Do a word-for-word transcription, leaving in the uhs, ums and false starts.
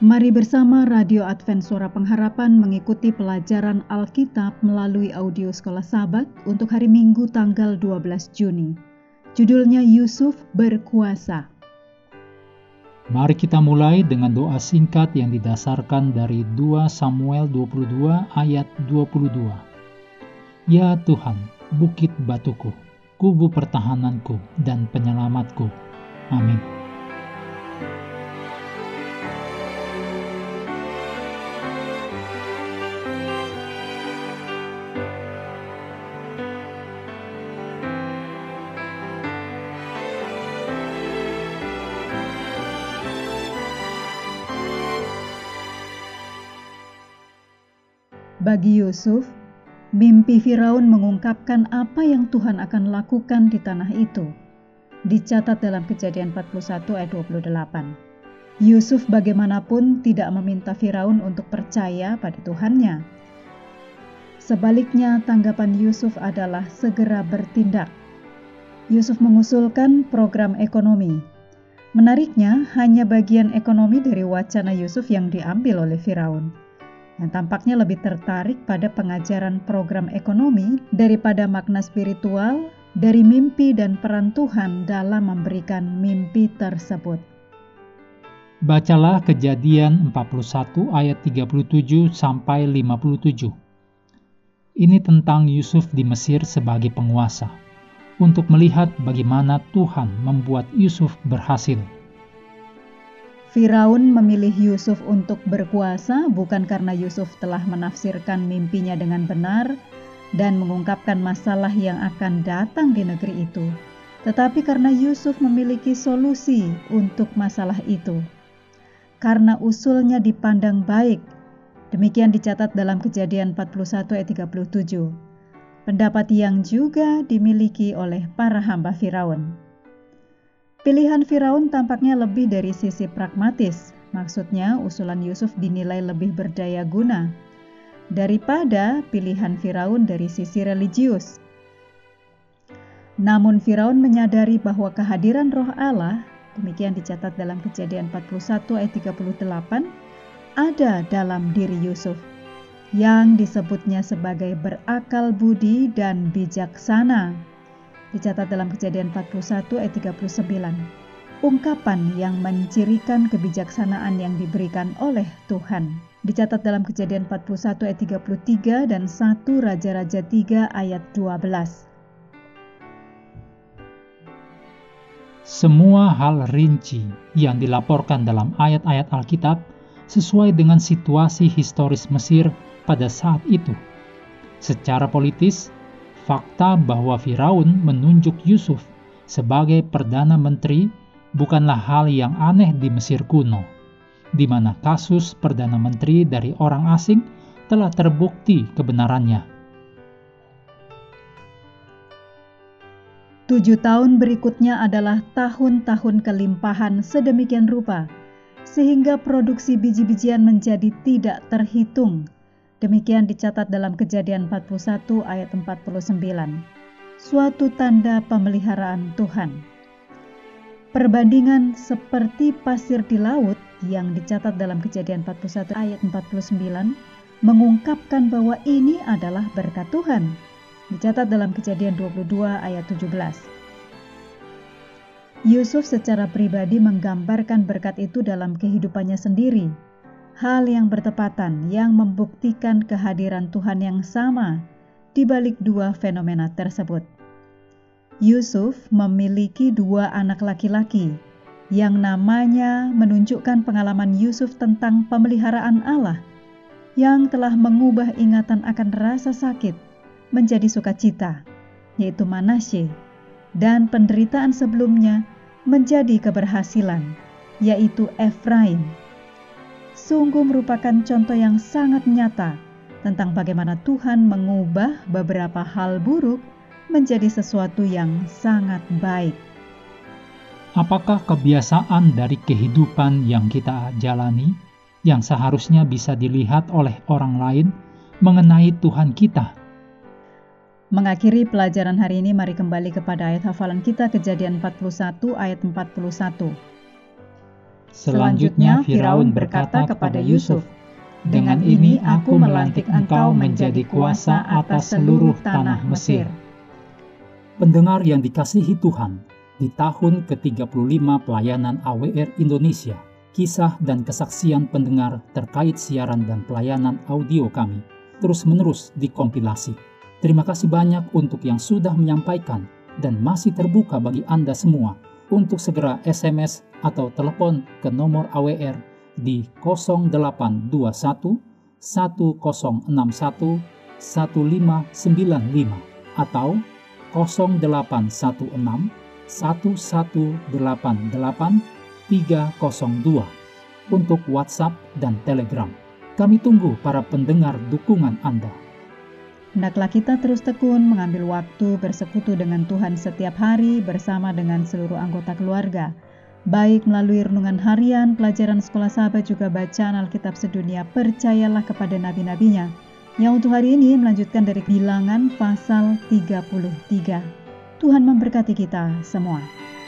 Mari bersama Radio Advent Suara Pengharapan mengikuti pelajaran Alkitab melalui audio Sekolah Sabat untuk hari Minggu tanggal dua belas Juni. Judulnya Yusuf Berkuasa. Mari kita mulai dengan doa singkat yang didasarkan dari dua Samuel dua puluh dua ayat dua puluh dua. Ya Tuhan, bukit batuku, kubu pertahananku dan penyelamatku. Amin. Bagi Yusuf, mimpi Firaun mengungkapkan apa yang Tuhan akan lakukan di tanah itu. Dicatat dalam Kejadian empat puluh satu ayat dua puluh delapan. Yusuf bagaimanapun tidak meminta Firaun untuk percaya pada Tuhannya. Sebaliknya, tanggapan Yusuf adalah segera bertindak. Yusuf mengusulkan program ekonomi. Menariknya, hanya bagian ekonomi dari wacana Yusuf yang diambil oleh Firaun, yang tampaknya lebih tertarik pada pengajaran program ekonomi daripada makna spiritual dari mimpi dan peran Tuhan dalam memberikan mimpi tersebut. Bacalah Kejadian empat puluh satu ayat tiga puluh tujuh sampai lima puluh tujuh. Ini tentang Yusuf di Mesir sebagai penguasa, untuk melihat bagaimana Tuhan membuat Yusuf berhasil. Firaun memilih Yusuf untuk berkuasa bukan karena Yusuf telah menafsirkan mimpinya dengan benar dan mengungkapkan masalah yang akan datang di negeri itu, tetapi karena Yusuf memiliki solusi untuk masalah itu. Karena usulnya dipandang baik, demikian dicatat dalam Kejadian empat puluh satu ayat tiga puluh tujuh. Pendapat yang juga dimiliki oleh para hamba Firaun. Pilihan Firaun tampaknya lebih dari sisi pragmatis. Maksudnya, usulan Yusuf dinilai lebih berdaya guna daripada pilihan Firaun dari sisi religius. Namun Firaun menyadari bahwa kehadiran Roh Allah, demikian dicatat dalam Kejadian empat puluh satu ayat tiga puluh delapan, ada dalam diri Yusuf, yang disebutnya sebagai berakal budi dan bijaksana. Dicatat dalam Kejadian empat puluh satu ayat tiga puluh sembilan. Ungkapan yang mencirikan kebijaksanaan yang diberikan oleh Tuhan. Dicatat dalam Kejadian empat puluh satu ayat tiga puluh tiga dan satu Raja-Raja tiga ayat dua belas. Semua hal rinci yang dilaporkan dalam ayat-ayat Alkitab sesuai dengan situasi historis Mesir pada saat itu. Secara politis, fakta bahwa Firaun menunjuk Yusuf sebagai Perdana Menteri bukanlah hal yang aneh di Mesir kuno, di mana kasus Perdana Menteri dari orang asing telah terbukti kebenarannya. Tujuh tahun berikutnya adalah tahun-tahun kelimpahan sedemikian rupa, sehingga produksi biji-bijian menjadi tidak terhitung. Demikian dicatat dalam Kejadian empat puluh satu ayat empat puluh sembilan. Suatu tanda pemeliharaan Tuhan. Perbandingan seperti pasir di laut yang dicatat dalam Kejadian empat puluh satu ayat empat puluh sembilan mengungkapkan bahwa ini adalah berkat Tuhan. Dicatat dalam Kejadian dua puluh dua ayat tujuh belas. Yusuf secara pribadi menggambarkan berkat itu dalam kehidupannya sendiri. Hal yang bertepatan yang membuktikan kehadiran Tuhan yang sama di balik dua fenomena tersebut. Yusuf memiliki dua anak laki-laki yang namanya menunjukkan pengalaman Yusuf tentang pemeliharaan Allah yang telah mengubah ingatan akan rasa sakit menjadi sukacita, yaitu Manasye, dan penderitaan sebelumnya menjadi keberhasilan, yaitu Efraim. Sungguh merupakan contoh yang sangat nyata tentang bagaimana Tuhan mengubah beberapa hal buruk menjadi sesuatu yang sangat baik. Apakah kebiasaan dari kehidupan yang kita jalani yang seharusnya bisa dilihat oleh orang lain mengenai Tuhan kita? Mengakhiri pelajaran hari ini, mari kembali kepada ayat hafalan kita, Kejadian empat puluh satu ayat empat puluh satu. Selanjutnya Firaun berkata kepada Yusuf, "Dengan ini aku melantik engkau menjadi kuasa atas seluruh tanah Mesir." Pendengar yang dikasihi Tuhan, di tahun ke tiga puluh lima pelayanan A W R Indonesia, kisah dan kesaksian pendengar terkait siaran dan pelayanan audio kami terus-menerus dikompilasi. Terima kasih banyak untuk yang sudah menyampaikan dan masih terbuka bagi Anda semua untuk segera S M S atau telepon ke nomor A W R di nol delapan dua satu satu nol enam satu satu lima sembilan lima atau nol delapan satu enam satu satu delapan delapan tiga nol dua untuk WhatsApp dan Telegram. Kami tunggu para pendengar dukungan Anda. Hendaklah kita terus tekun mengambil waktu bersekutu dengan Tuhan setiap hari bersama dengan seluruh anggota keluarga, baik melalui renungan harian, pelajaran sekolah sahabat, juga bacaan Alkitab sedunia Percayalah kepada nabi-nabinya, yang untuk hari ini melanjutkan dari Bilangan pasal tiga puluh tiga. Tuhan memberkati kita semua.